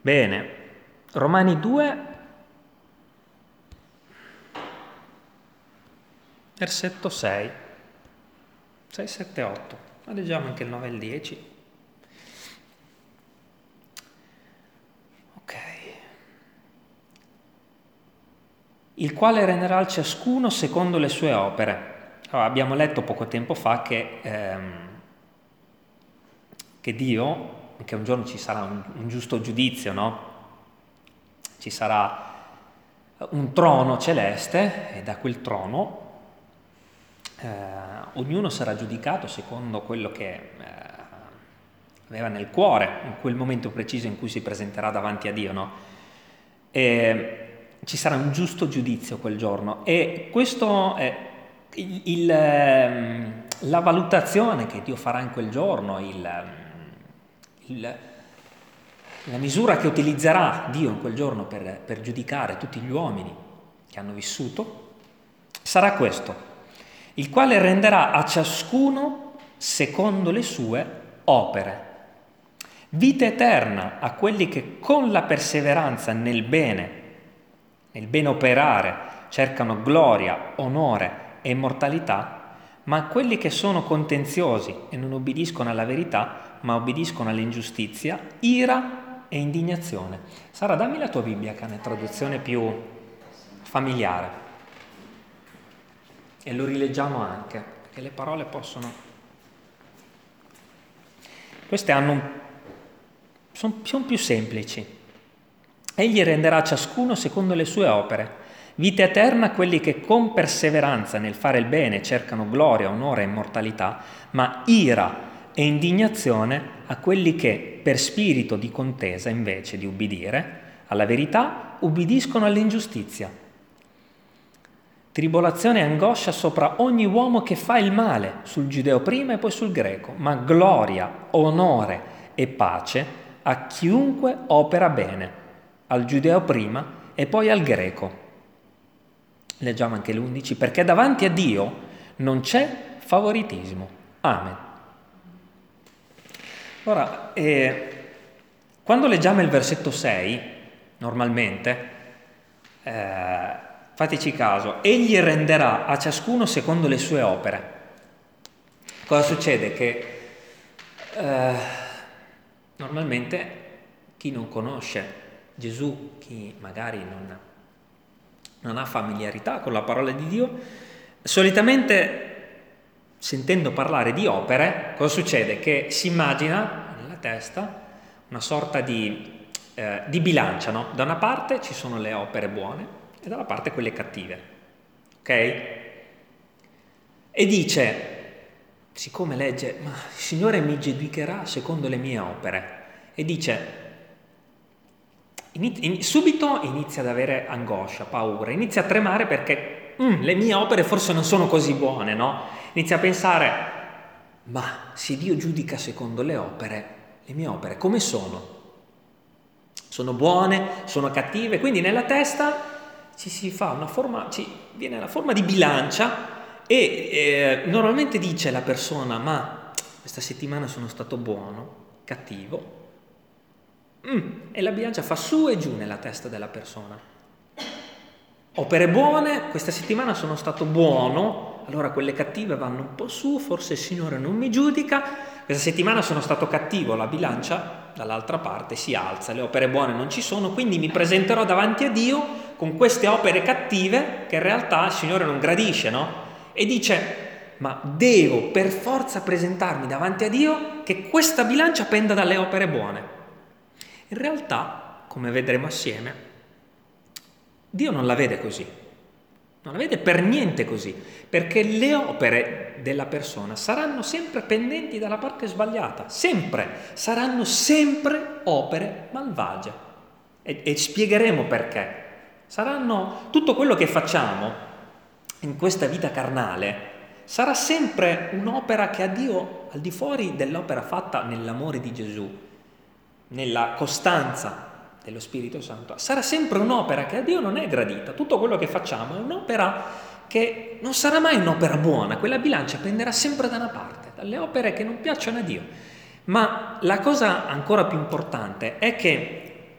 Bene, Romani 2, versetto 6, 6, 7, 8. Ma leggiamo anche il 9 e il 10. Ok. Il quale renderà a ciascuno secondo le sue opere. Allora, abbiamo letto poco tempo fa che Dio, che un giorno ci sarà un giusto giudizio, no? Ci sarà un trono celeste e da quel trono ognuno sarà giudicato secondo quello che aveva nel cuore in quel momento preciso in cui si presenterà davanti a Dio, no? E ci sarà un giusto giudizio quel giorno e questo è la valutazione che Dio farà in quel giorno, la misura che utilizzerà Dio in quel giorno per giudicare tutti gli uomini che hanno vissuto, sarà questo, il quale renderà a ciascuno secondo le sue opere. Vita eterna a quelli che con la perseveranza nel bene operare, cercano gloria, onore e immortalità, ma a quelli che sono contenziosi e non obbediscono alla verità, ma obbediscono all'ingiustizia, ira e indignazione. Sara, dammi la tua Bibbia, che è una traduzione più familiare. E lo rileggiamo anche, perché le parole possono... Queste sono più semplici. Egli renderà a ciascuno secondo le sue opere. Vita eterna a quelli che con perseveranza nel fare il bene cercano gloria, onore e immortalità, ma ira e indignazione a quelli che per spirito di contesa, invece di ubbidire alla verità, ubbidiscono all'ingiustizia. Tribolazione e angoscia sopra ogni uomo che fa il male, sul giudeo prima e poi sul greco, ma gloria, onore e pace a chiunque opera bene, al giudeo prima e poi al greco. Leggiamo anche l'11, perché davanti a Dio non c'è favoritismo. Amen. Ora, quando leggiamo il versetto 6, normalmente, fateci caso, egli renderà a ciascuno secondo le sue opere. Cosa succede? Che normalmente chi non conosce Gesù, chi magari non ha familiarità con la parola di Dio, solitamente sentendo parlare di opere, cosa succede? Che si immagina nella testa una sorta di bilancia, no? Da una parte ci sono le opere buone e dalla parte quelle cattive, ok? E dice, siccome legge, ma il Signore mi giudicherà secondo le mie opere, e dice, subito inizia ad avere angoscia, paura, inizia a tremare perché le mie opere forse non sono così buone, no? Inizia a pensare, ma se Dio giudica secondo le mie opere come sono? Sono buone? Sono cattive? Quindi nella testa ci viene la forma di bilancia e normalmente dice la persona, ma questa settimana sono stato buono, cattivo? E la bilancia fa su e giù nella testa della persona. Opere buone, questa settimana sono stato buono, allora quelle cattive vanno un po' su, forse il Signore non mi giudica, questa settimana sono stato cattivo, la bilancia dall'altra parte si alza, le opere buone non ci sono, quindi mi presenterò davanti a Dio con queste opere cattive che in realtà il Signore non gradisce, no? E dice, ma devo per forza presentarmi davanti a Dio che questa bilancia penda dalle opere buone. In realtà, come vedremo assieme, Dio non la vede così, non la vede per niente così, perché le opere della persona saranno sempre pendenti dalla parte sbagliata, saranno sempre opere malvagie. E spiegheremo perché. Saranno tutto quello che facciamo in questa vita carnale, sarà sempre un'opera che a Dio, al di fuori dell'opera fatta nell'amore di Gesù, nella costanza dello Spirito Santo, sarà sempre un'opera che a Dio non è gradita. Tutto quello che facciamo è un'opera che non sarà mai un'opera buona, quella bilancia penderà sempre da una parte, dalle opere che non piacciono a Dio. Ma la cosa ancora più importante è che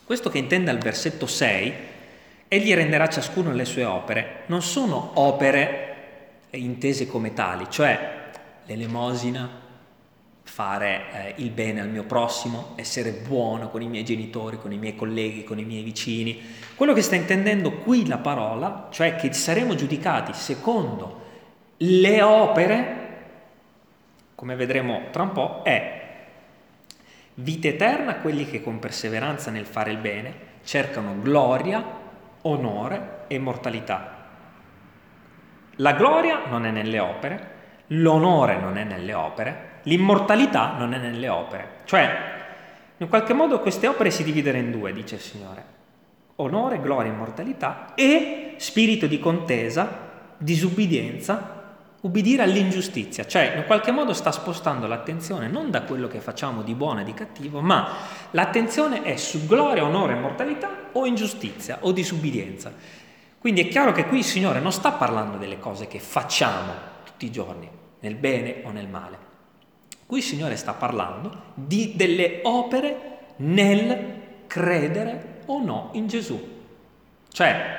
Questo che intende al versetto 6, egli renderà ciascuno le sue opere, non sono opere intese come tali, cioè l'elemosina, fare il bene al mio prossimo, essere buono con i miei genitori, con i miei colleghi, con i miei vicini. Quello che sta intendendo qui la parola, cioè che saremo giudicati secondo le opere, come vedremo tra un po', è vita eterna a quelli che con perseveranza nel fare il bene cercano gloria, onore e immortalità. La gloria non è nelle opere, l'onore non è nelle opere, l'immortalità non è nelle opere. Cioè, in qualche modo queste opere si dividono in due, dice il Signore. Onore, gloria, immortalità e spirito di contesa, disubbidienza, ubbidire all'ingiustizia. Cioè, in qualche modo sta spostando l'attenzione non da quello che facciamo di buono e di cattivo, ma l'attenzione è su gloria, onore, immortalità o ingiustizia o disubbidienza. Quindi è chiaro che qui il Signore non sta parlando delle cose che facciamo tutti i giorni, nel bene o nel male. Qui il Signore sta parlando delle opere nel credere o no in Gesù. Cioè,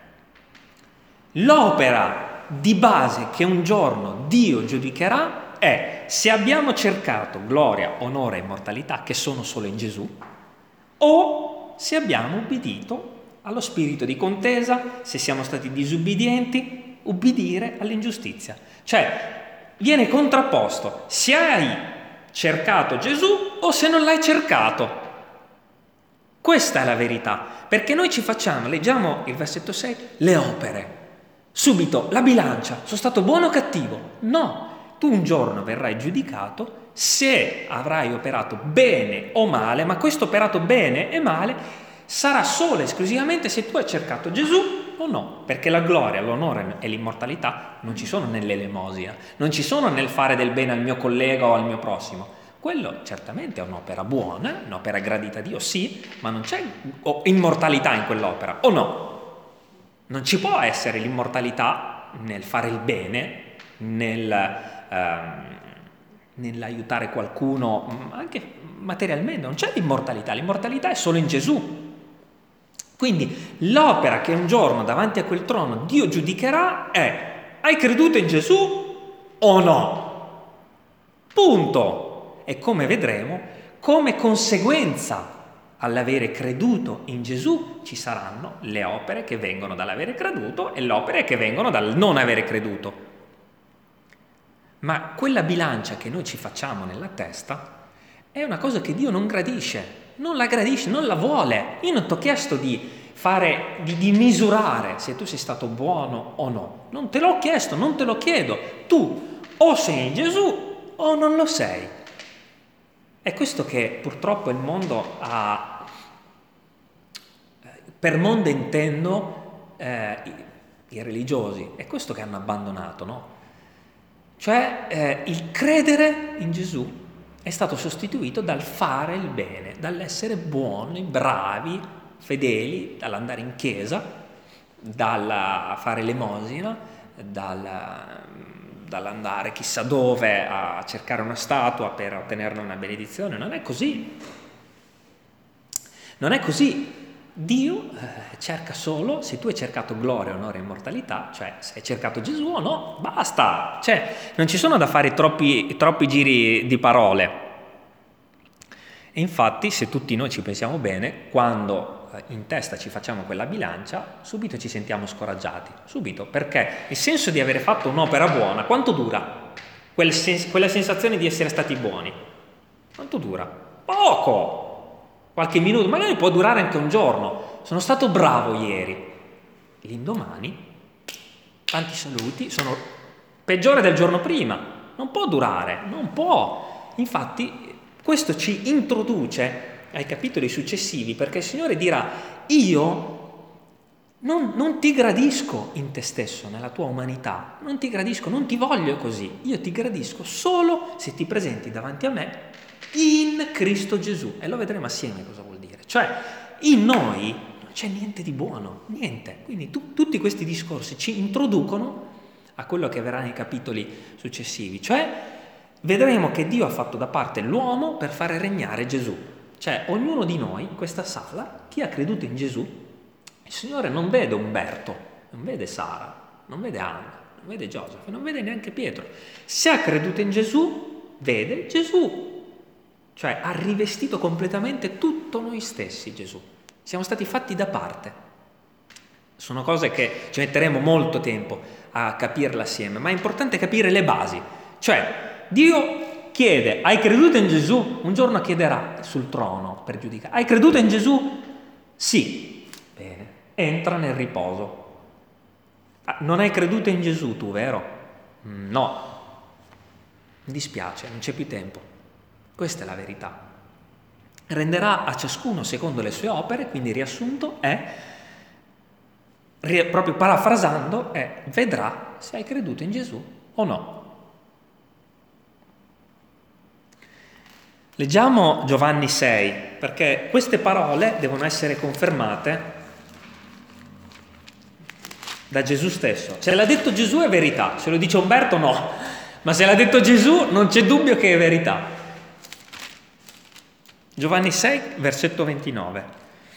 l'opera di base che un giorno Dio giudicherà è se abbiamo cercato gloria, onore e immortalità che sono solo in Gesù, o se abbiamo ubbidito allo spirito di contesa, se siamo stati disubbidienti, ubbidire all'ingiustizia. Cioè, viene contrapposto se hai cercato Gesù o se non l'hai cercato. Questa è la verità, perché noi ci facciamo, leggiamo il versetto 6, le opere. Subito, la bilancia, sono stato buono o cattivo? No, tu un giorno verrai giudicato se avrai operato bene o male, ma questo operato bene e male sarà solo e esclusivamente se tu hai cercato Gesù o no, perché la gloria, l'onore e l'immortalità non ci sono nell'elemosina, non ci sono nel fare del bene al mio collega o al mio prossimo. Quello certamente è un'opera buona, un'opera gradita a Dio, sì, ma non c'è immortalità in quell'opera, o no? Non ci può essere l'immortalità nel fare il bene, nell'aiutare qualcuno, anche materialmente, non c'è l'immortalità è solo in Gesù. Quindi l'opera che un giorno davanti a quel trono Dio giudicherà è: hai creduto in Gesù o no? Punto. E come vedremo, come conseguenza all'avere creduto in Gesù ci saranno le opere che vengono dall'avere creduto e le opere che vengono dal non avere creduto. Ma quella bilancia che noi ci facciamo nella testa è una cosa che Dio non gradisce, non la gradisce, non la vuole. Io non ti ho chiesto di misurare se tu sei stato buono o no. Non te l'ho chiesto, non te lo chiedo. Tu o sei in Gesù o non lo sei. È questo che purtroppo il mondo ha. Per mondo intendo i religiosi, è questo che hanno abbandonato, no? Cioè il credere in Gesù è stato sostituito dal fare il bene, dall'essere buoni, bravi, fedeli, dall'andare in chiesa, dal fare l'emosina, dall'andare chissà dove a cercare una statua per ottenerne una benedizione. Non è così. Non è così. Dio cerca solo, se tu hai cercato gloria, onore e immortalità, cioè se hai cercato Gesù o no, basta. Cioè, non ci sono da fare troppi giri di parole. E infatti, se tutti noi ci pensiamo bene, quando in testa ci facciamo quella bilancia, subito ci sentiamo scoraggiati, subito, perché il senso di avere fatto un'opera buona, quanto dura? Quella sensazione di essere stati buoni, quanto dura? Poco! Qualche minuto, magari può durare anche un giorno. Sono stato bravo ieri. L'indomani, tanti saluti, sono peggiore del giorno prima. Non può durare, non può. Infatti, questo ci introduce ai capitoli successivi, perché il Signore dirà: io non ti gradisco in te stesso, nella tua umanità. Non ti gradisco, non ti voglio così. Io ti gradisco solo se ti presenti davanti a me in Cristo Gesù, e lo vedremo assieme cosa vuol dire. Cioè, in noi non c'è niente di buono, niente. Quindi tutti questi discorsi ci introducono a quello che verrà nei capitoli successivi. Cioè, vedremo che Dio ha fatto da parte l'uomo per fare regnare Gesù. Cioè, ognuno di noi in questa sala, chi ha creduto in Gesù, il Signore non vede Umberto, non vede Sara, non vede Anna, non vede Giuseppe, non vede neanche Pietro. Se ha creduto in Gesù, vede Gesù. Cioè, ha rivestito completamente tutto noi stessi Gesù. Siamo stati fatti da parte. Sono cose che ci metteremo molto tempo a capirle assieme, ma è importante capire le basi. Cioè, Dio chiede, hai creduto in Gesù? Un giorno chiederà sul trono per giudicare. Hai creduto in Gesù? Sì. Bene. Entra nel riposo. Non hai creduto in Gesù tu, vero? No. Mi dispiace, non c'è più tempo. Questa è la verità. Renderà a ciascuno secondo le sue opere, quindi riassunto è, proprio parafrasando, vedrà se hai creduto in Gesù o no. Leggiamo Giovanni 6, perché queste parole devono essere confermate da Gesù stesso. Se l'ha detto Gesù è verità, se lo dice Umberto no, ma se l'ha detto Gesù non c'è dubbio che è verità. Giovanni 6, versetto 29.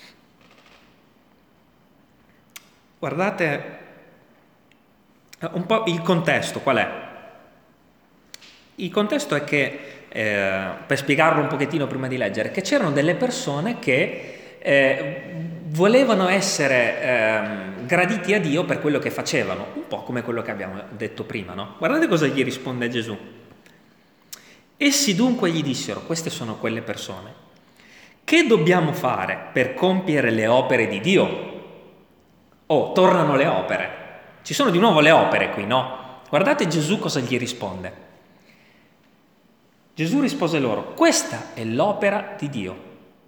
Guardate un po' il contesto, qual è? Il contesto è che, per spiegarlo un pochettino prima di leggere, che c'erano delle persone che volevano essere graditi a Dio per quello che facevano, un po' come quello che abbiamo detto prima, no? Guardate cosa gli risponde Gesù. Essi dunque gli dissero, queste sono quelle persone, che dobbiamo fare per compiere le opere di Dio? Oh, tornano le opere. Ci sono di nuovo le opere qui, no? Guardate Gesù cosa gli risponde. Gesù rispose loro, questa è l'opera di Dio,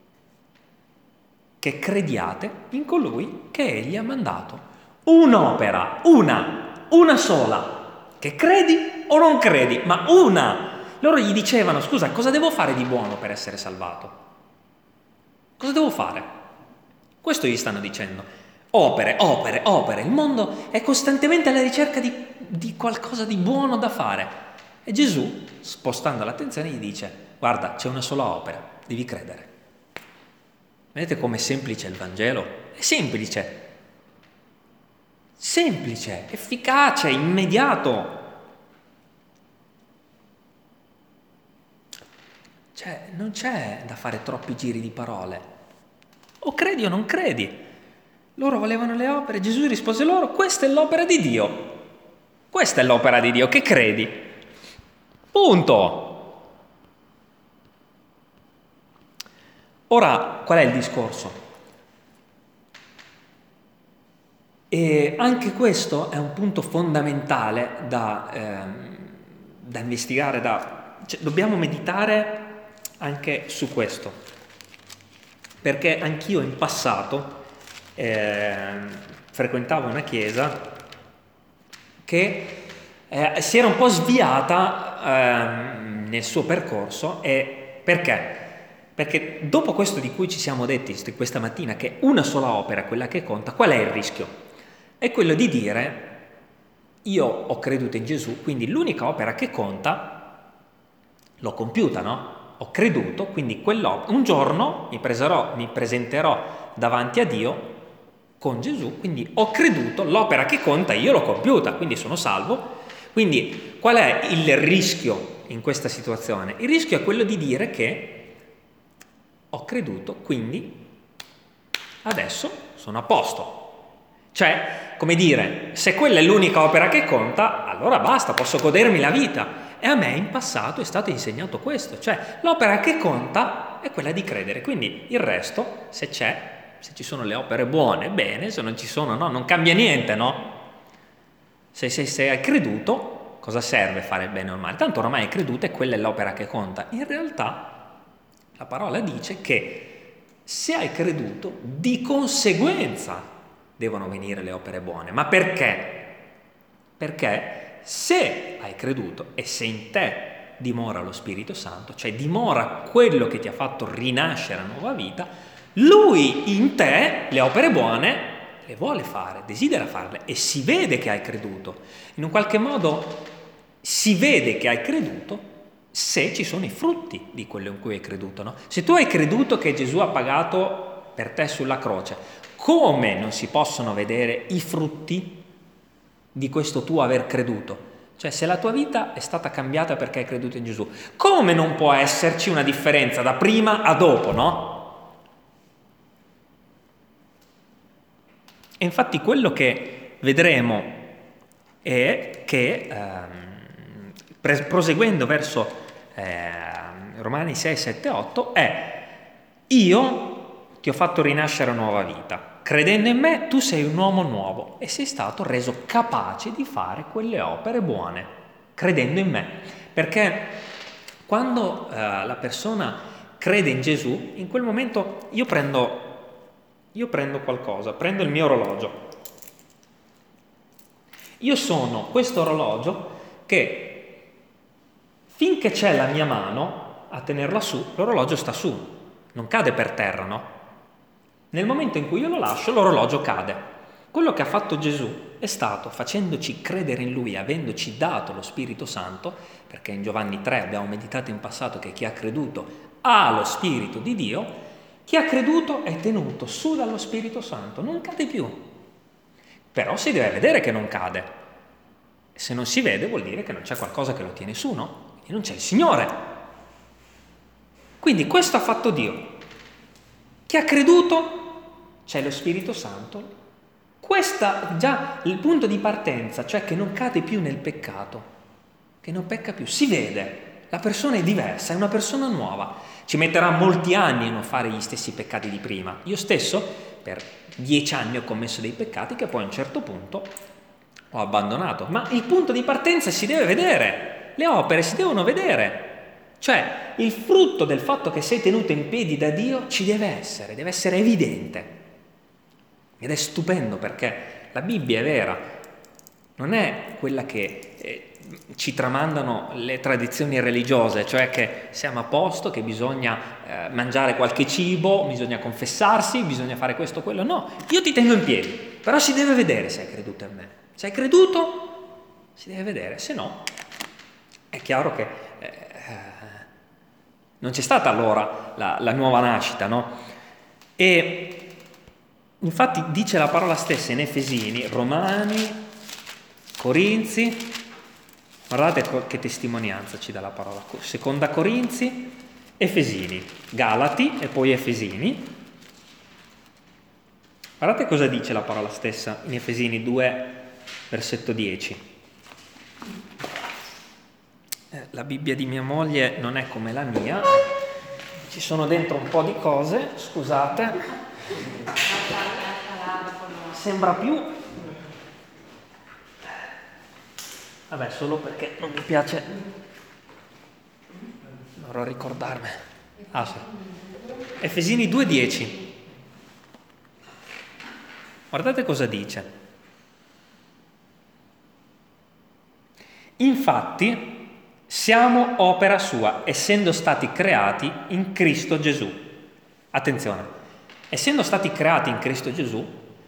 che crediate in colui che Egli ha mandato. Un'opera, una sola, che credi o non credi, ma una. Loro gli dicevano, scusa, cosa devo fare di buono per essere salvato? Cosa devo fare? Questo gli stanno dicendo. Opere, opere, opere. Il mondo è costantemente alla ricerca di qualcosa di buono da fare. E Gesù, spostando l'attenzione, gli dice, guarda, c'è una sola opera, devi credere. Vedete com'è semplice il Vangelo? È semplice, efficace, immediato. Cioè, non c'è da fare troppi giri di parole. O credi o non credi. Loro volevano le opere, Gesù rispose loro, questa è l'opera di Dio. Questa è l'opera di Dio, che credi. Punto. Ora, qual è il discorso? E anche questo è un punto fondamentale da investigare, cioè, dobbiamo meditare anche su questo, perché anch'io in passato frequentavo una chiesa che si era un po' sviata nel suo percorso. E perché? Perché dopo questo di cui ci siamo detti questa mattina, che una sola opera è quella che conta, qual è il rischio? È quello di dire, io ho creduto in Gesù, quindi l'unica opera che conta l'ho compiuta, no? Ho creduto, quindi un giorno mi presenterò davanti a Dio con Gesù, quindi ho creduto, l'opera che conta io l'ho compiuta, quindi sono salvo. Quindi qual è il rischio in questa situazione? Il rischio è quello di dire che ho creduto, quindi adesso sono a posto. Cioè, come dire, se quella è l'unica opera che conta, allora basta, posso godermi la vita. E a me in passato è stato insegnato questo, cioè l'opera che conta è quella di credere, quindi il resto, se ci sono le opere buone, bene, se non ci sono, no, non cambia niente, no? Se hai creduto, cosa serve fare il bene o il male? Tanto oramai hai creduto e quella è l'opera che conta. In realtà la parola dice che se hai creduto, di conseguenza devono venire le opere buone. Ma perché? Perché se hai creduto e se in te dimora lo Spirito Santo, cioè dimora quello che ti ha fatto rinascere a nuova vita, Lui in te le opere buone le vuole fare, desidera farle e si vede che hai creduto. In un qualche modo si vede che hai creduto se ci sono i frutti di quello in cui hai creduto, no? Se tu hai creduto che Gesù ha pagato per te sulla croce, come non si possono vedere i frutti di questo tuo aver creduto? Cioè, se la tua vita è stata cambiata perché hai creduto in Gesù, come non può esserci una differenza da prima a dopo, no? E infatti quello che vedremo è che, proseguendo verso Romani 6, 7, 8, è: io ti ho fatto rinascere a nuova vita, credendo in me tu sei un uomo nuovo e sei stato reso capace di fare quelle opere buone, credendo in me. Perché quando la persona crede in Gesù, in quel momento io prendo qualcosa, prendo il mio orologio. Io sono questo orologio che finché c'è la mia mano a tenerla su, l'orologio sta su, non cade per terra, no? Nel momento in cui io lo lascio, l'orologio cade. Quello che ha fatto Gesù è stato, facendoci credere in Lui, avendoci dato lo Spirito Santo, perché in Giovanni 3 abbiamo meditato in passato che chi ha creduto ha lo Spirito di Dio. Chi ha creduto è tenuto su dallo Spirito Santo, non cade più. Però si deve vedere che non cade. Se non si vede vuol dire che non c'è qualcosa che lo tiene su, no? E non c'è il Signore. Quindi questo ha fatto Dio. Chi ha creduto c'è lo Spirito Santo. Questo è già il punto di partenza, cioè che non cade più nel peccato, che non pecca più. Si vede, la persona è diversa, è una persona nuova. Ci metterà molti anni a non fare gli stessi peccati di prima. Io stesso per 10 anni ho commesso dei peccati che poi a un certo punto ho abbandonato. Ma il punto di partenza si deve vedere, le opere si devono vedere. Cioè il frutto del fatto che sei tenuto in piedi da Dio ci deve essere evidente. Ed è stupendo perché la Bibbia è vera, non è quella che ci tramandano le tradizioni religiose, cioè che siamo a posto, che bisogna mangiare qualche cibo, bisogna confessarsi, bisogna fare questo o quello. No, io ti tengo in piedi, però si deve vedere se hai creduto in me. Se hai creduto, si deve vedere, se no è chiaro che non c'è stata allora la nuova nascita, no? E infatti dice la parola stessa in Efesini, Romani, Corinzi, guardate che testimonianza ci dà la parola, seconda Corinzi, Efesini, Galati e poi Efesini. Guardate cosa dice la parola stessa in Efesini 2, versetto 10. La Bibbia di mia moglie non è come la mia, ci sono dentro un po' di cose, scusate, sembra più, vabbè, solo perché non mi piace, dovrò ricordarmi. Ah sì, Efesini 2,10, guardate cosa dice. Infatti siamo opera sua, essendo stati creati in Cristo Gesù. Attenzione, essendo stati creati in Cristo Gesù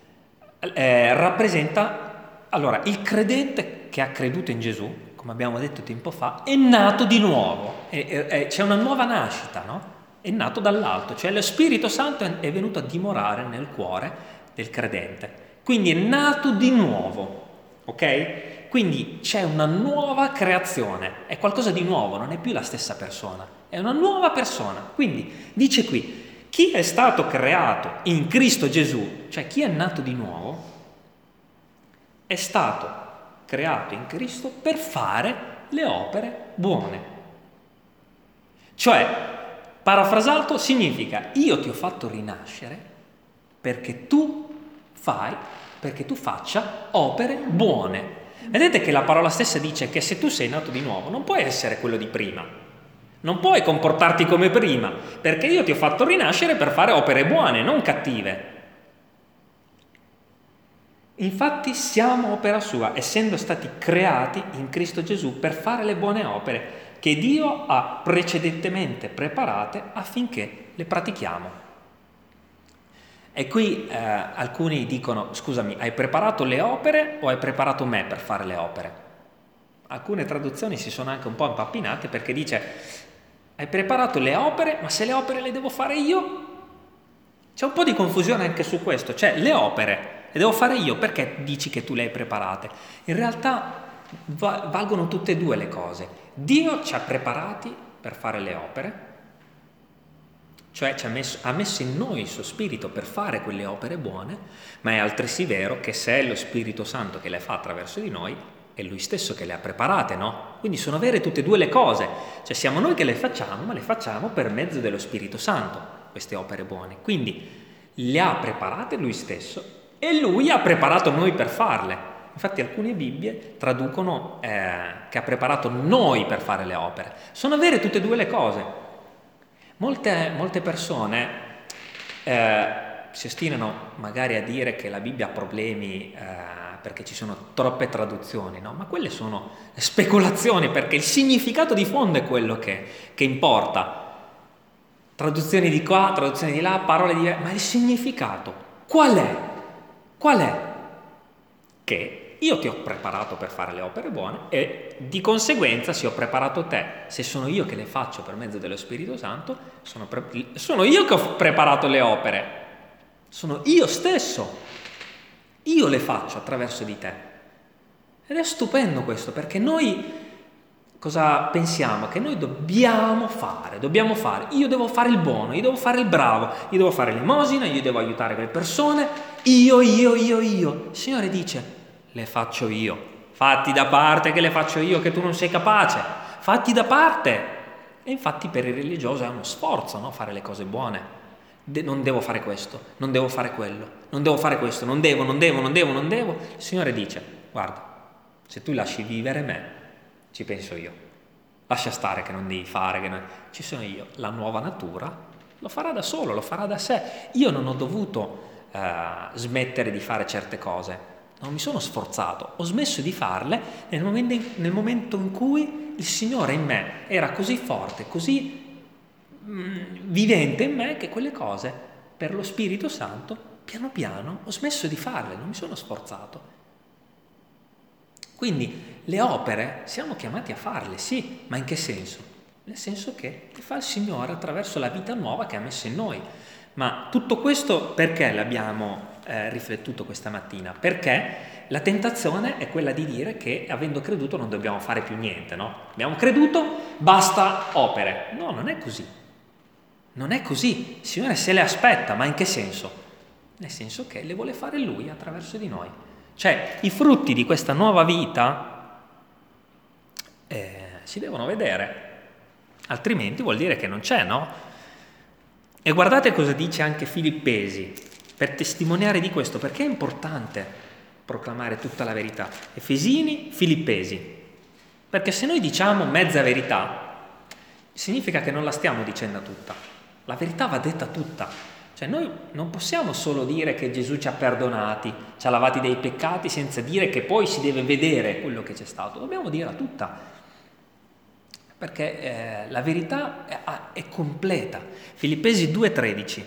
rappresenta, allora, il credente che ha creduto in Gesù, come abbiamo detto tempo fa, è nato di nuovo, c'è una nuova nascita, no? È nato dall'alto, cioè lo Spirito Santo è venuto a dimorare nel cuore del credente, quindi è nato di nuovo, ok? Quindi c'è una nuova creazione, è qualcosa di nuovo, non è più la stessa persona, è una nuova persona. Quindi dice qui, chi è stato creato in Cristo Gesù, cioè chi è nato di nuovo, è stato creato in Cristo per fare le opere buone. Cioè, parafrasato, significa io ti ho fatto rinascere perché tu faccia opere buone. Vedete che la parola stessa dice che se tu sei nato di nuovo non puoi essere quello di prima, non puoi comportarti come prima, perché io ti ho fatto rinascere per fare opere buone, non cattive. Infatti siamo opera sua, essendo stati creati in Cristo Gesù per fare le buone opere che Dio ha precedentemente preparate affinché le pratichiamo. E qui alcuni dicono, scusami, hai preparato le opere o hai preparato me per fare le opere? alcune traduzioni si sono anche un po' impappinate perché dice hai preparato le opere, ma se le opere le devo fare io? C'è un po' di confusione anche su questo, cioè le opere le devo fare io, perché dici che tu le hai preparate? In realtà valgono tutte e due le cose. Dio ci ha preparati per fare le opere, cioè ha messo in noi il suo spirito per fare quelle opere buone, ma è altresì vero che se è lo Spirito Santo che le fa attraverso di noi, è Lui stesso che le ha preparate, no? Quindi sono vere tutte e due le cose, cioè siamo noi che le facciamo, ma le facciamo per mezzo dello Spirito Santo, queste opere buone. Quindi le ha preparate Lui stesso e Lui ha preparato noi per farle. Infatti alcune Bibbie traducono che ha preparato noi per fare le opere. Sono vere tutte e due le cose. Molte persone si ostinano magari a dire che la Bibbia ha problemi perché ci sono troppe traduzioni, no? Ma quelle sono speculazioni, perché il significato di fondo è quello che importa. Traduzioni di qua, traduzioni di là, parole diverse, ma il significato qual è? Qual è? Che io ti ho preparato per fare le opere buone e di conseguenza se ho preparato te, se sono io che le faccio per mezzo dello Spirito Santo, sono io che ho preparato le opere, sono io stesso, io le faccio attraverso di te. Ed è stupendo questo, perché noi cosa pensiamo? Che noi dobbiamo fare, io devo fare il buono, io devo fare il bravo, io devo fare l'elemosina, io devo aiutare quelle persone, io. Il Signore dice, le faccio io, fatti da parte che le faccio io, che tu non sei capace, fatti da parte. E infatti per il religioso è uno sforzo, no? Fare le cose buone. Non devo fare questo, non devo fare quello, non devo fare questo, non devo. Il Signore dice, guarda, se tu lasci vivere me, ci penso io. Lascia stare che non devi fare, ci sono io. La nuova natura lo farà da solo, lo farà da sé. Io non ho dovuto smettere di fare certe cose, non mi sono sforzato, ho smesso di farle nel momento in cui il Signore in me era così forte, così vivente in me, che quelle cose per lo Spirito Santo piano piano ho smesso di farle, non mi sono sforzato. Quindi le opere siamo chiamati a farle, sì, ma in che senso? Nel senso che le fa il Signore attraverso la vita nuova che ha messo in noi. Ma tutto questo perché l'abbiamo riflettuto questa mattina? Perché la tentazione è quella di dire che avendo creduto non dobbiamo fare più niente, no? Abbiamo creduto, basta opere. No, non è così. Non è così. Il Signore se le aspetta, ma in che senso? Nel senso che le vuole fare Lui attraverso di noi. Cioè, i frutti di questa nuova vita si devono vedere, altrimenti vuol dire che non c'è, no? E guardate cosa dice anche Filippesi, per testimoniare di questo, perché è importante proclamare tutta la verità. Efesini, Filippesi. Perché se noi diciamo mezza verità, significa che non la stiamo dicendo tutta. La verità va detta tutta. Cioè noi non possiamo solo dire che Gesù ci ha perdonati, ci ha lavati dei peccati, senza dire che poi si deve vedere quello che c'è stato. Dobbiamo dirla tutta, perché la verità è completa. Filippesi 2,13.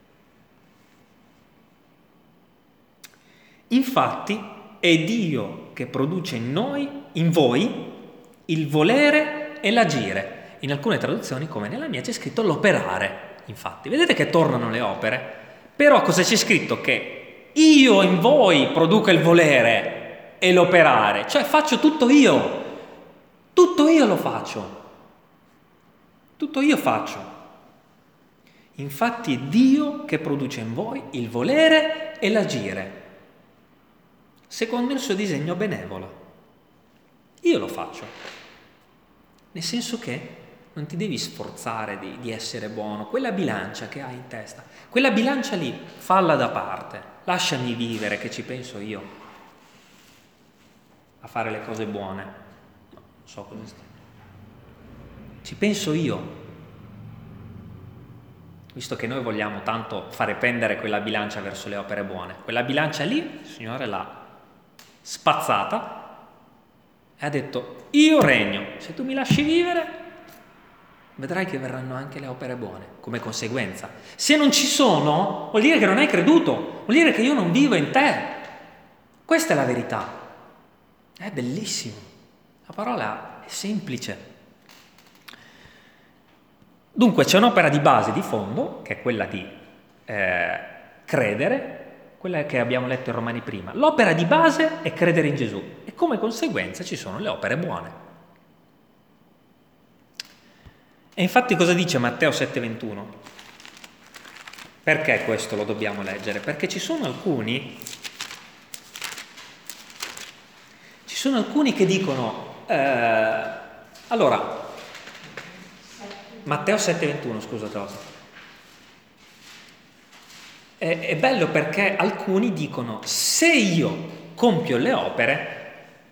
Infatti è Dio che produce in voi, il volere e l'agire. In alcune traduzioni, come nella mia, c'è scritto l'operare. Infatti, vedete che tornano le opere? Però cosa c'è scritto? Che io in voi produco il volere e l'operare, cioè faccio tutto io lo faccio, tutto io faccio. Infatti è Dio che produce in voi il volere e l'agire, secondo il suo disegno benevolo. Io lo faccio, nel senso che non ti devi sforzare di essere buono. Quella bilancia che hai in testa, quella bilancia lì, falla da parte. Lasciami vivere che ci penso io a fare le cose buone. Non so cosa sta. Ci penso io. Visto che noi vogliamo tanto fare pendere quella bilancia verso le opere buone. Quella bilancia lì, il Signore l'ha spazzata e ha detto, io regno. Se tu mi lasci vivere, vedrai che verranno anche le opere buone come conseguenza. Se non ci sono, vuol dire che non hai creduto, vuol dire che io non vivo in te. Questa è la verità. È bellissimo, La parola è semplice. Dunque c'è un'opera di base, di fondo, che è quella di credere, quella che abbiamo letto in Romani prima. L'opera di base è credere in Gesù e come conseguenza ci sono le opere buone. E infatti cosa dice Matteo 7,21? Perché questo lo dobbiamo leggere? Perché ci sono alcuni che dicono, allora, Matteo 7,21, scusa Tosa. È bello perché alcuni dicono, se io compio le opere,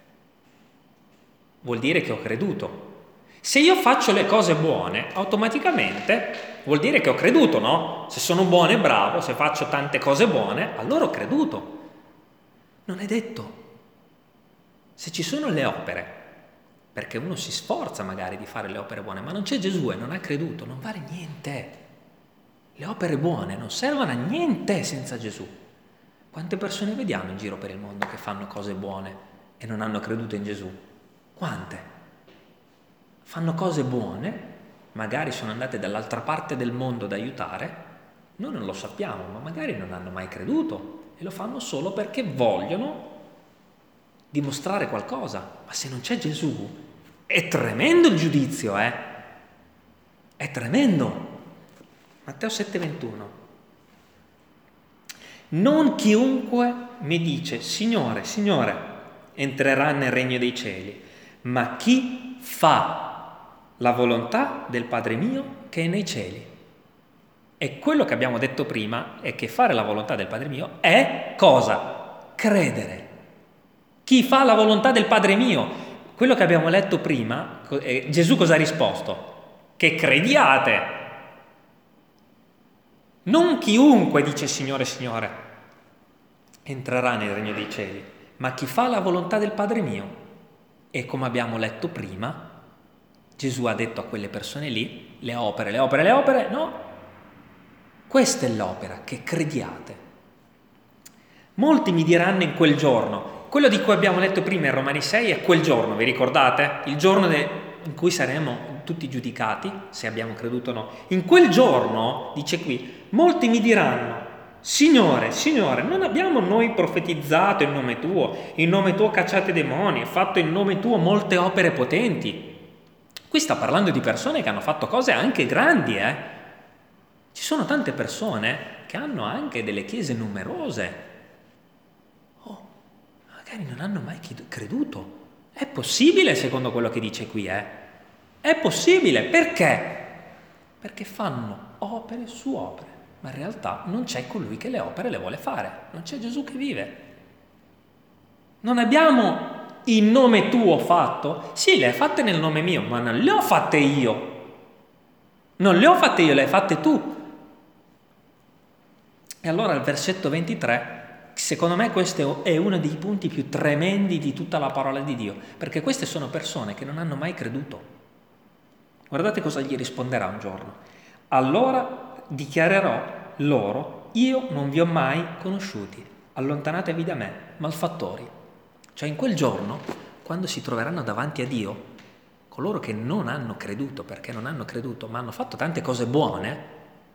vuol dire che ho creduto. Se io faccio le cose buone, automaticamente vuol dire che ho creduto, no? Se sono buono e bravo, se faccio tante cose buone, allora ho creduto. Non è detto. Se ci sono le opere, perché uno si sforza magari di fare le opere buone, ma non c'è Gesù e non ha creduto, non vale niente. Le opere buone non servono a niente senza Gesù. Quante persone vediamo in giro per il mondo che fanno cose buone e non hanno creduto in Gesù? Quante? Fanno cose buone, magari sono andate dall'altra parte del mondo ad aiutare, noi non lo sappiamo, ma magari non hanno mai creduto e lo fanno solo perché vogliono dimostrare qualcosa. Ma se non c'è Gesù, è tremendo il giudizio, È tremendo. Matteo 7,21. Non chiunque mi dice Signore, Signore, entrerà nel regno dei cieli, ma chi fa la volontà del Padre mio che è nei cieli. E quello che abbiamo detto prima è che fare la volontà del Padre mio è cosa? Credere. Chi fa la volontà del Padre mio? Quello che abbiamo letto prima, Gesù cosa ha risposto? Che crediate. Non chiunque dice Signore, Signore, entrerà nel regno dei cieli, ma chi fa la volontà del Padre mio. E come abbiamo letto prima, Gesù ha detto a quelle persone lì, le opere, no? Questa è l'opera, che crediate. Molti mi diranno in quel giorno, quello di cui abbiamo letto prima in Romani 6 è quel giorno, vi ricordate? Il giorno in cui saremo tutti giudicati, se abbiamo creduto o no. In quel giorno, dice qui, molti mi diranno, Signore, Signore, non abbiamo noi profetizzato in nome tuo cacciato i demoni, fatto in nome tuo molte opere potenti. Qui sta parlando di persone che hanno fatto cose anche grandi, Ci sono tante persone che hanno anche delle chiese numerose. Magari non hanno mai creduto. È possibile secondo quello che dice qui, È possibile. Perché? Perché fanno opere su opere, ma in realtà non c'è colui che le opere le vuole fare. Non c'è Gesù che vive. Non abbiamo in nome tuo fatto? Sì, le hai fatte nel nome mio, ma non le ho fatte io. Non le ho fatte io, le hai fatte tu. E allora il versetto 23, secondo me questo è uno dei punti più tremendi di tutta la parola di Dio, perché queste sono persone che non hanno mai creduto. Guardate cosa gli risponderà un giorno. Allora dichiarerò loro, io non vi ho mai conosciuti, allontanatevi da me, malfattori. Cioè in quel giorno, quando si troveranno davanti a Dio, coloro che non hanno creduto, perché non hanno creduto, ma hanno fatto tante cose buone,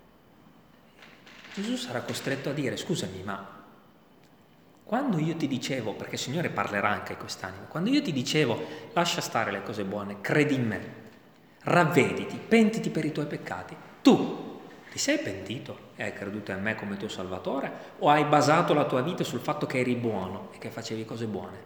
Gesù sarà costretto a dire, scusami, ma quando io ti dicevo, perché il Signore parlerà anche a quest'anima, quando io ti dicevo, lascia stare le cose buone, credi in me, ravvediti, pentiti per i tuoi peccati, tu ti sei pentito e hai creduto in me come tuo Salvatore o hai basato la tua vita sul fatto che eri buono e che facevi cose buone?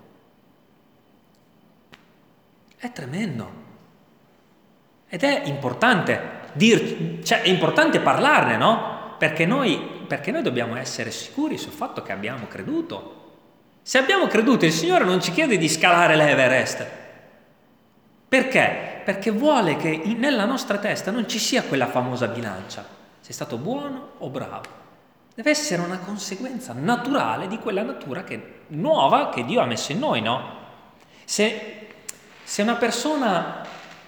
È tremendo. Ed è importante cioè è importante parlarne, no? Perché noi dobbiamo essere sicuri sul fatto che abbiamo creduto. Se abbiamo creduto, il Signore non ci chiede di scalare l'Everest. Perché? Perché vuole che nella nostra testa non ci sia quella famosa bilancia. Sei stato buono o bravo? Deve essere una conseguenza naturale di quella natura nuova che Dio ha messo in noi, no? Se una persona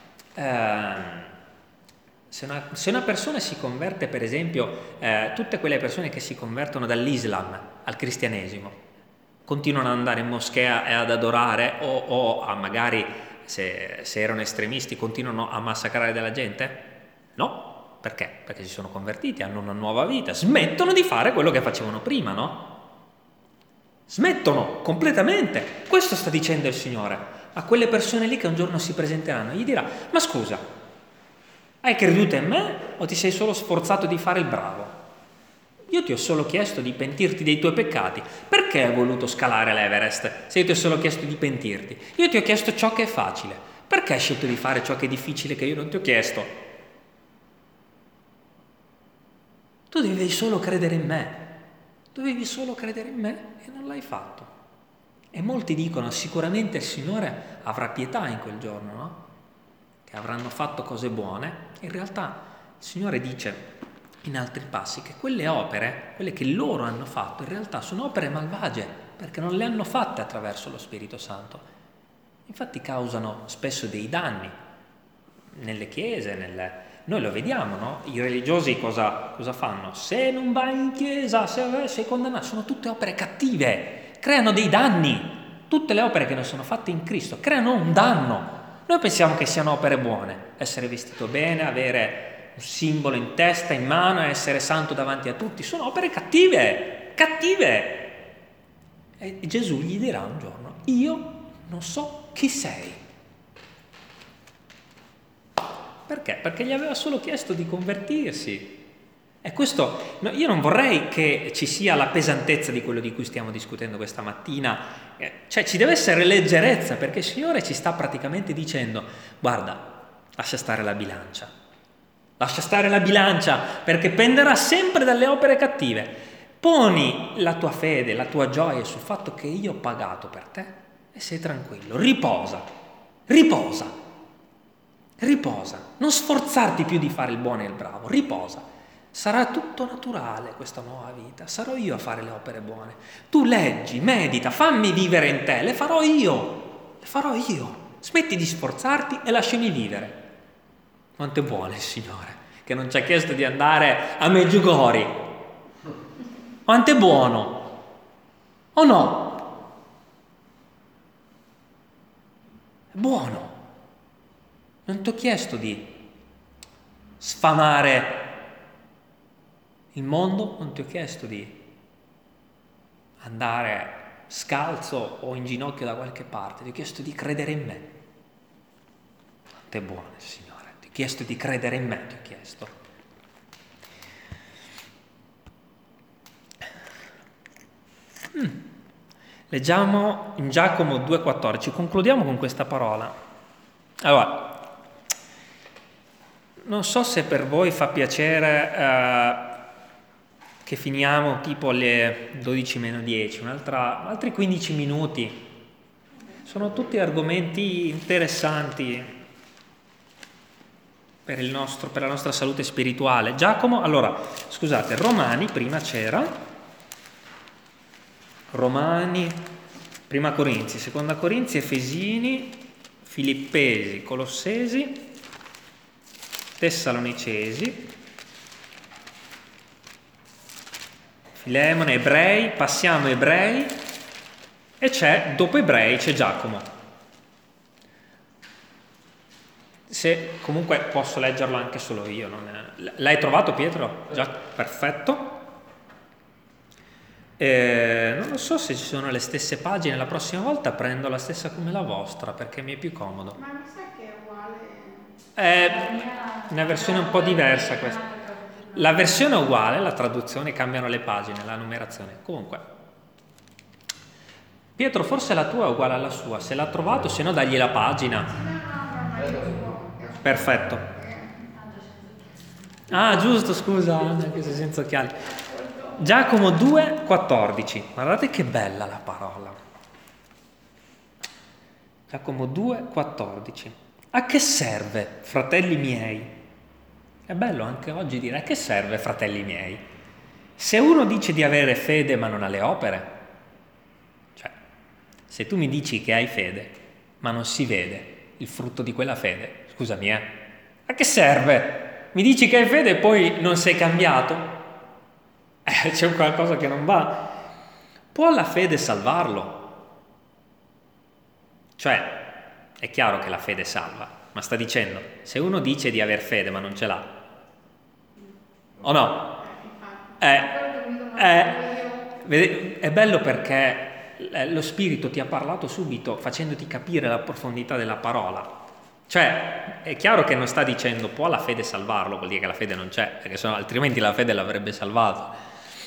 se una persona si converte, per esempio, tutte quelle persone che si convertono dall'Islam al cristianesimo, continuano ad andare in moschea e ad adorare o a magari se erano estremisti, continuano a massacrare della gente? No, perché? Perché si sono convertiti, hanno una nuova vita, smettono di fare quello che facevano prima, no? Smettono completamente. Questo sta dicendo il Signore a quelle persone lì che un giorno si presenteranno. Gli dirà: ma scusa, hai creduto in me o ti sei solo sforzato di fare il bravo? Io ti ho solo chiesto di pentirti dei tuoi peccati. Perché hai voluto scalare l'Everest se io ti ho solo chiesto di pentirti? Io ti ho chiesto ciò che è facile. Perché hai scelto di fare ciò che è difficile che io non ti ho chiesto? Tu dovevi solo credere in me. Dovevi solo credere in me e non l'hai fatto. E molti dicono: sicuramente il Signore avrà pietà in quel giorno, no? Che avranno fatto cose buone. In realtà il Signore dice in altri passi che quelle opere, quelle che loro hanno fatto, in realtà sono opere malvagie, perché non le hanno fatte attraverso lo Spirito Santo. Infatti causano spesso dei danni nelle chiese, noi lo vediamo, no? I religiosi cosa fanno? Se non vai in chiesa, se sei condannato, sono tutte opere cattive, creano dei danni. Tutte le opere che non sono fatte in Cristo creano un danno. Noi pensiamo che siano opere buone, essere vestito bene, avere un simbolo in testa, in mano, essere santo davanti a tutti. Sono opere cattive, cattive. E Gesù gli dirà un giorno: io non so chi sei. Perché? Perché gli aveva solo chiesto di convertirsi. E questo, no, io non vorrei che ci sia la pesantezza di quello di cui stiamo discutendo questa mattina, cioè ci deve essere leggerezza, perché il Signore ci sta praticamente dicendo: guarda, lascia stare la bilancia, perché penderà sempre dalle opere cattive. Poni la tua fede, la tua gioia sul fatto che io ho pagato per te e sei tranquillo, riposa, non sforzarti più di fare il buono e il bravo, riposa. Sarà tutto naturale questa nuova vita, sarò io a fare le opere buone. Tu leggi, medita, fammi vivere in te, le farò io. Smetti di sforzarti e lasciami vivere. Quanto è buono il Signore, che non ci ha chiesto di andare a Meggiugori. Quanto è buono, o no? È buono. Non ti ho chiesto di sfamare il mondo, non ti ho chiesto di andare scalzo o in ginocchio da qualche parte, ti ho chiesto di credere in me. Quanto è buono il Signore, ti ho chiesto di credere in me, ti ho chiesto. Leggiamo in Giacomo 2,14, concludiamo con questa parola. Allora, non so se per voi fa piacere che finiamo tipo alle 12 meno 10, altri 15 minuti. Sono tutti argomenti interessanti per la nostra salute spirituale. Giacomo, allora, scusate, Romani, prima c'era, Romani, Prima Corinzi, Seconda Corinzi, Efesini, Filippesi, Colossesi, Tessalonicesi, Filemone, Ebrei, passiamo Ebrei e dopo Ebrei c'è Giacomo. Se comunque posso leggerlo anche solo io. L'hai trovato, Pietro? Già, perfetto. Non lo so se ci sono le stesse pagine, la prossima volta prendo la stessa come la vostra perché mi è più comodo. Ma mi sa che è uguale. È una versione un po' diversa questa. La versione è uguale, la traduzione, cambiano le pagine, la numerazione. Comunque, Pietro, forse la tua è uguale alla sua, se l'ha trovato, se no dagli la pagina. Perfetto. Ah, giusto, scusa, anche se senza occhiali. Giacomo 2,14. Guardate che bella la parola. Giacomo 2,14. A che serve, fratelli miei? È bello anche oggi dire: a che serve, fratelli miei? Se uno dice di avere fede ma non ha le opere, cioè, se tu mi dici che hai fede ma non si vede il frutto di quella fede, scusami, a che serve? Mi dici che hai fede e poi non sei cambiato? C'è qualcosa che non va. Può la fede salvarlo? Cioè, È chiaro che la fede salva, ma sta dicendo, se uno dice di aver fede ma non ce l'ha, o no? È bello perché lo Spirito ti ha parlato subito facendoti capire la profondità della parola. Cioè, è chiaro che non sta dicendo può la fede salvarlo, vuol dire che la fede non c'è, perché altrimenti la fede l'avrebbe salvato.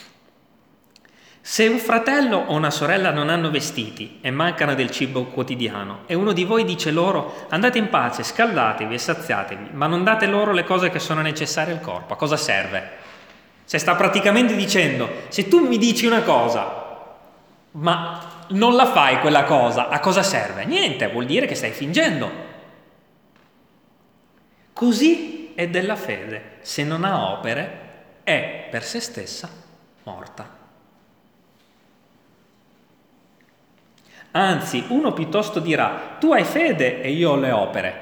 Se un fratello o una sorella non hanno vestiti e mancano del cibo quotidiano e uno di voi dice loro andate in pace, scaldatevi e saziatevi, ma non date loro le cose che sono necessarie al corpo, a cosa serve? Cioè sta praticamente dicendo, se tu mi dici una cosa ma non la fai quella cosa, a cosa serve? Niente, vuol dire che stai fingendo. Così è della fede, se non ha opere è per se stessa morta. Anzi, uno piuttosto dirà, tu hai fede e io ho le opere.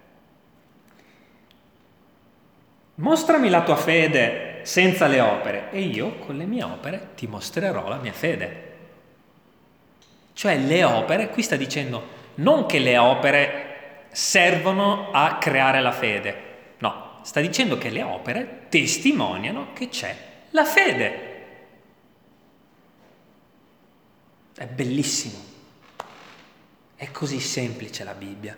Mostrami la tua fede senza le opere e io con le mie opere ti mostrerò la mia fede. Cioè le opere, qui sta dicendo non che le opere servono a creare la fede, no, sta dicendo che le opere testimoniano che c'è la fede. È bellissimo. È così semplice la Bibbia.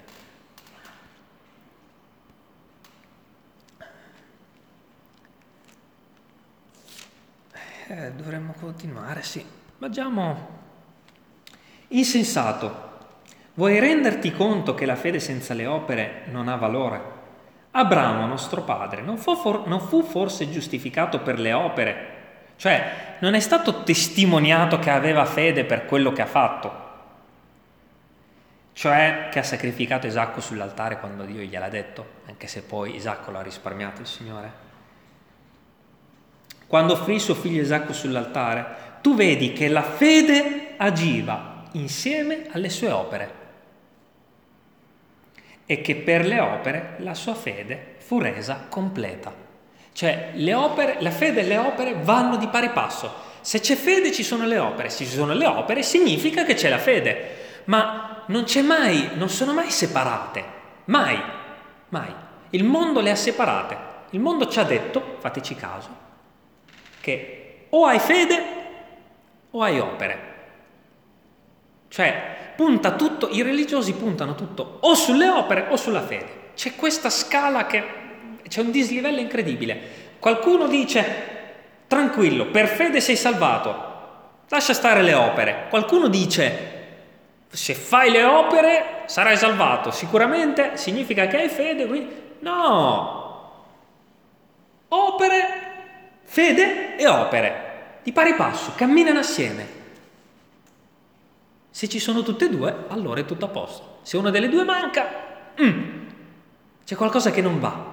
Dovremmo continuare, sì. Leggiamo. Insensato, vuoi renderti conto che la fede senza le opere non ha valore? Abramo, nostro padre, non fu forse giustificato per le opere? Cioè, non è stato testimoniato che aveva fede per quello che ha fatto? Cioè che ha sacrificato Isacco sull'altare quando Dio gliel'ha detto, anche se poi Isacco l'ha risparmiato il Signore. Quando offrì il suo figlio Isacco sull'altare, tu vedi che la fede agiva insieme alle sue opere e che per le opere la sua fede fu resa completa. Cioè le opere, la fede e le opere vanno di pari passo. Se c'è fede ci sono le opere, se ci sono le opere significa che c'è la fede. Ma non sono mai separate, mai. Il mondo le ha separate. Il mondo ci ha detto, fateci caso, che o hai fede o hai opere. Cioè, i religiosi puntano tutto o sulle opere o sulla fede. C'è questa scala c'è un dislivello incredibile. Qualcuno dice, tranquillo, per fede sei salvato, lascia stare le opere. Qualcuno dice, se fai le opere sarai salvato, sicuramente significa che hai fede, quindi no, opere, fede e opere di pari passo, camminano assieme. Se ci sono tutte e due, allora è tutto a posto. Se una delle due manca, c'è qualcosa che non va.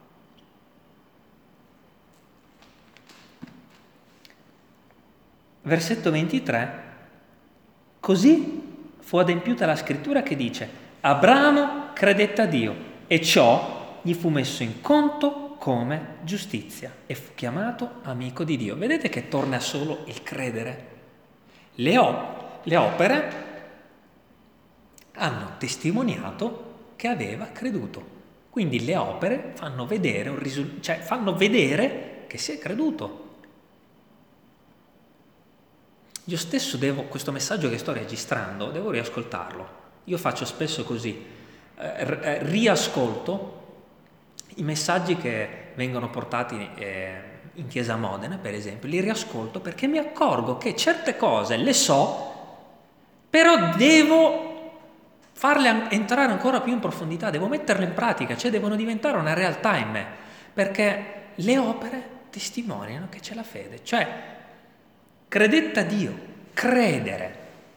Versetto 23, così fu adempiuta la scrittura che dice Abramo credette a Dio e ciò gli fu messo in conto come giustizia e fu chiamato amico di Dio. Vedete che torna solo il credere. Le opere hanno testimoniato che aveva creduto. Quindi le opere fanno vedere fanno vedere che si è creduto. Io stesso questo messaggio che sto registrando, devo riascoltarlo. Io faccio spesso così, riascolto i messaggi che vengono portati in chiesa a Modena, per esempio, li riascolto perché mi accorgo che certe cose le so, però devo farle entrare ancora più in profondità, devo metterle in pratica, cioè devono diventare una realtà in me, perché le opere testimoniano che c'è la fede, cioè credette a Dio, credere.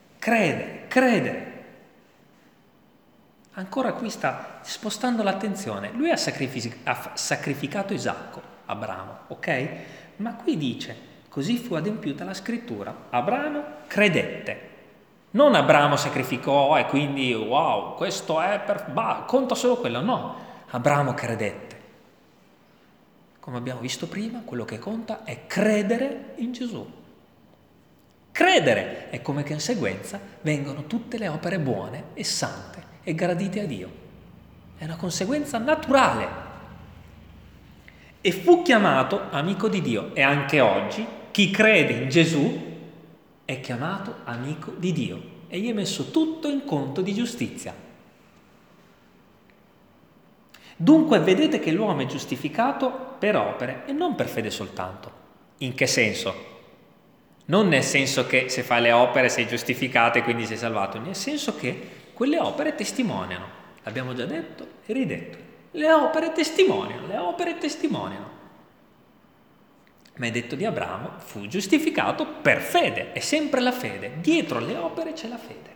Ancora qui sta spostando l'attenzione. Lui ha sacrificato Isacco, Abramo, ok? Ma qui dice, così fu adempiuta la scrittura. Abramo credette. Non Abramo sacrificò e quindi, wow, questo è conta solo quello. No, Abramo credette. Come abbiamo visto prima, quello che conta è credere in Gesù. Credere, e come conseguenza vengono tutte le opere buone e sante e gradite a Dio. È una conseguenza naturale. E fu chiamato amico di Dio. E anche oggi chi crede in Gesù è chiamato amico di Dio e gli è messo tutto in conto di giustizia. Dunque vedete che l'uomo è giustificato per opere e non per fede soltanto. In che senso? Non nel senso che se fai le opere sei giustificato e quindi sei salvato, nel senso che quelle opere testimoniano. L'abbiamo già detto e ridetto. Le opere testimoniano. Ma è detto di Abramo, fu giustificato per fede, è sempre la fede. Dietro le opere c'è la fede.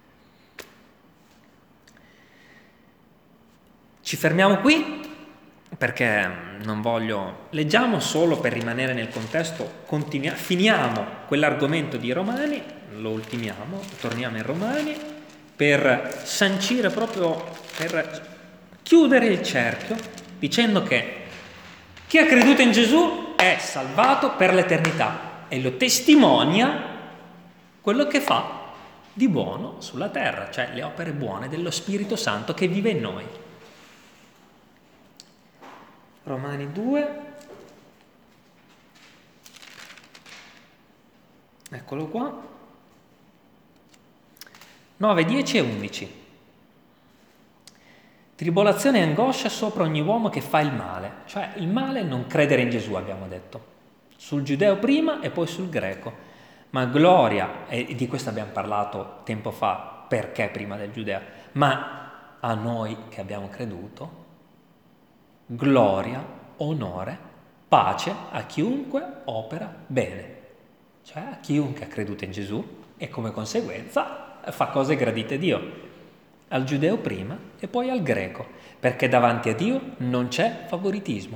Ci fermiamo qui perché non voglio... Leggiamo solo per rimanere nel contesto, finiamo quell'argomento di Romani, lo ultimiamo, torniamo in Romani per sancire proprio, per chiudere il cerchio dicendo che chi ha creduto in Gesù è salvato per l'eternità e lo testimonia quello che fa di buono sulla terra, cioè le opere buone dello Spirito Santo che vive in noi. Romani 2, eccolo qua, 9, 10 e 11. Tribolazione e angoscia sopra ogni uomo che fa il male, cioè il male è non credere in Gesù, abbiamo detto, sul giudeo prima e poi sul greco, ma gloria, e di questo abbiamo parlato tempo fa, perché prima del giudeo, ma a noi che abbiamo creduto, gloria, onore, pace a chiunque opera bene, cioè a chiunque ha creduto in Gesù e come conseguenza fa cose gradite a Dio, al giudeo prima e poi al greco, perché davanti a Dio non c'è favoritismo.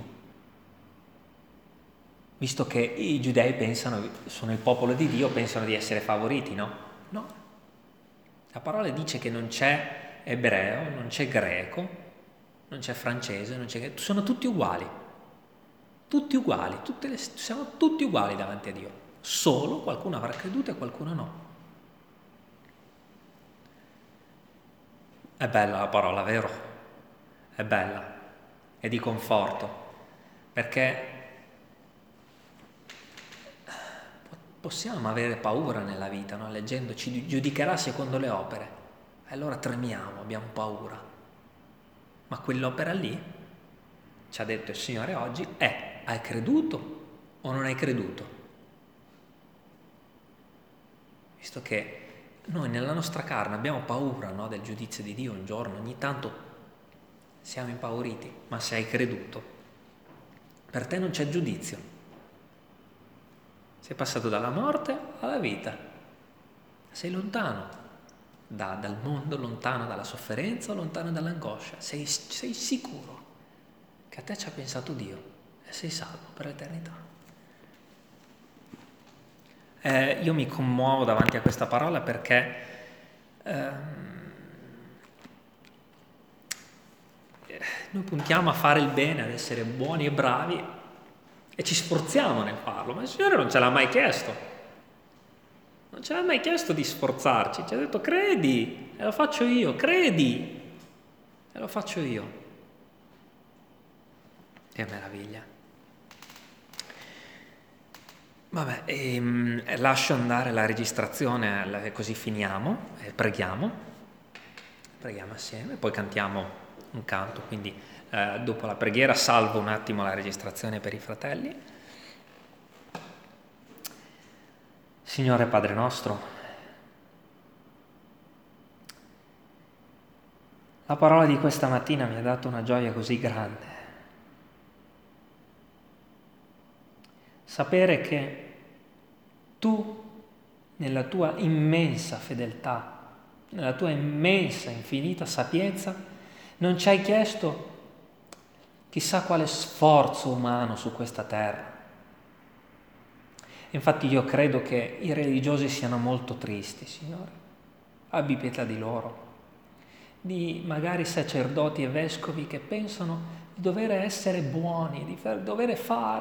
Visto che i giudei pensano, sono il popolo di Dio, pensano di essere favoriti, no? No. La parola dice che non c'è ebreo, non c'è greco, non c'è francese, sono tutti uguali. Tutti uguali, siamo tutti uguali davanti a Dio. Solo qualcuno avrà creduto e qualcuno no. È bella la parola, vero? È bella, è di conforto, perché possiamo avere paura nella vita, no? Leggendo ci giudicherà secondo le opere, e allora tremiamo, abbiamo paura. Ma quell'opera lì, ci ha detto il Signore oggi, hai creduto o non hai creduto? Visto che noi nella nostra carne abbiamo paura, no, del giudizio di Dio un giorno, ogni tanto siamo impauriti, ma se hai creduto, per te non c'è giudizio. Sei passato dalla morte alla vita, sei lontano dal mondo, lontano dalla sofferenza, lontano dall'angoscia, sei sicuro che a te ci ha pensato Dio e sei salvo per l'eternità. Io mi commuovo davanti a questa parola perché noi puntiamo a fare il bene, ad essere buoni e bravi e ci sforziamo nel farlo, ma il Signore non ce l'ha mai chiesto. Non ce l'ha mai chiesto di sforzarci, ci ha detto credi e lo faccio io, credi e lo faccio io. Che meraviglia. Vabbè, lascio andare la registrazione, così finiamo e preghiamo assieme, poi cantiamo un canto, quindi dopo la preghiera salvo un attimo la registrazione per i fratelli. Signore Padre nostro, la parola di questa mattina mi ha dato una gioia così grande. Sapere che tu, nella tua immensa fedeltà, nella tua immensa, infinita sapienza, non ci hai chiesto chissà quale sforzo umano su questa terra. Infatti io credo che i religiosi siano molto tristi, Signore. Abbi pietà di loro, di magari sacerdoti e vescovi che pensano di dover essere buoni, di dover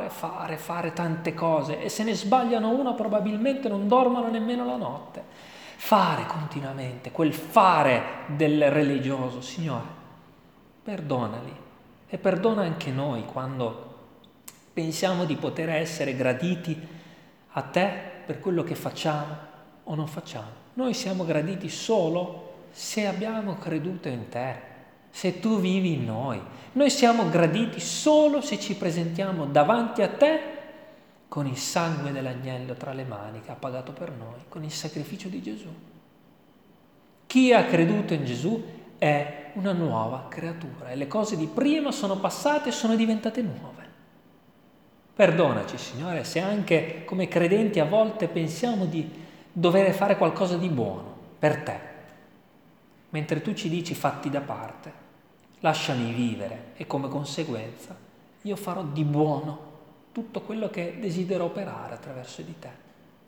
fare tante cose e se ne sbagliano una probabilmente non dormono nemmeno la notte. fare continuamente, quel fare del religioso. Signore, perdonali e perdona anche noi quando pensiamo di poter essere graditi a te per quello che facciamo o non facciamo. Noi siamo graditi solo se abbiamo creduto in te, se tu vivi in noi. Noi siamo graditi solo se ci presentiamo davanti a te con il sangue dell'agnello tra le mani che ha pagato per noi, con il sacrificio di Gesù. Chi ha creduto in Gesù è una nuova creatura e le cose di prima sono passate e sono diventate nuove. Perdonaci, Signore, se anche come credenti a volte pensiamo di dover fare qualcosa di buono per te, mentre tu ci dici fatti da parte, lasciami vivere e come conseguenza io farò di buono tutto quello che desidero operare attraverso di te.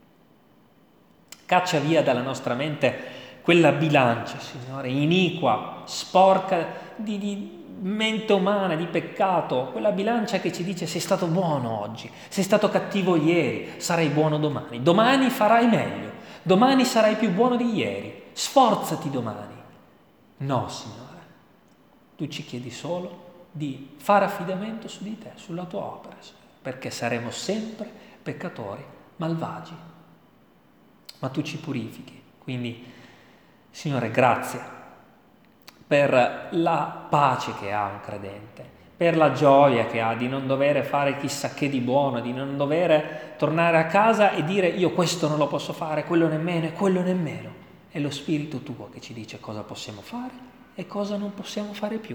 Caccia via dalla nostra mente quella bilancia, Signore, iniqua, sporca di mente umana, di peccato, quella bilancia che ci dice sei stato buono oggi, sei stato cattivo ieri, sarai buono domani, domani farai meglio, domani sarai più buono di ieri, sforzati domani. No, Signore, tu ci chiedi solo di fare affidamento su di te, sulla tua opera, Signore, perché saremo sempre peccatori, malvagi, ma tu ci purifichi. Quindi, Signore, grazie per la pace che ha un credente, per la gioia che ha di non dover fare chissà che di buono, di non dover tornare a casa e dire io questo non lo posso fare, quello nemmeno e quello nemmeno. È lo Spirito tuo che ci dice cosa possiamo fare e cosa non possiamo fare più.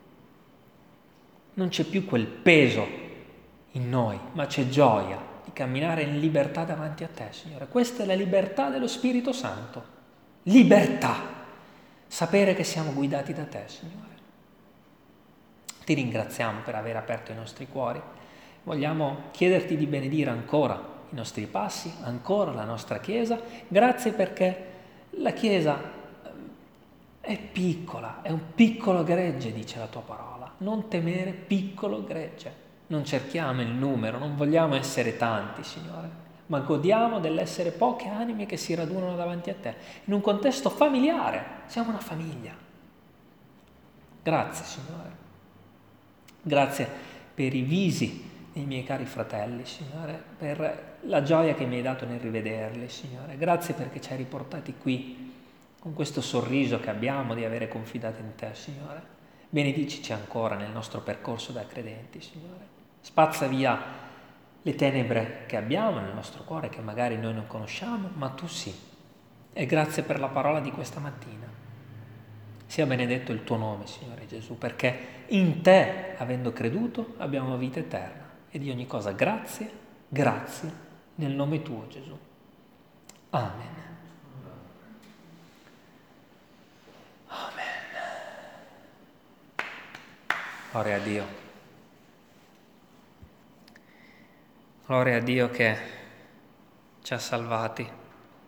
Non c'è più quel peso in noi, ma c'è gioia di camminare in libertà davanti a te, Signore. Questa è la libertà dello Spirito Santo. Libertà. Sapere che siamo guidati da te, Signore. Ti ringraziamo per aver aperto i nostri cuori. Vogliamo chiederti di benedire ancora i nostri passi, ancora la nostra Chiesa. Grazie perché la Chiesa è piccola, è un piccolo gregge, dice la tua parola. Non temere, piccolo gregge. Non cerchiamo il numero, non vogliamo essere tanti, Signore, ma godiamo dell'essere poche anime che si radunano davanti a te, in un contesto familiare. Siamo una famiglia. Grazie, Signore. Grazie per i visi dei miei cari fratelli, Signore, per la gioia che mi hai dato nel rivederli, Signore. Grazie perché ci hai riportati qui con questo sorriso che abbiamo di avere confidato in te, Signore. Benedicici ancora nel nostro percorso da credenti, Signore. Spazza via le tenebre che abbiamo nel nostro cuore, che magari noi non conosciamo, ma tu sì. E grazie per la parola di questa mattina. Sia benedetto il tuo nome, Signore Gesù, perché in te, avendo creduto, abbiamo vita eterna. E di ogni cosa grazie, grazie, nel nome tuo, Gesù. Amen. Amen. Gloria a Dio. Gloria a Dio che ci ha salvati.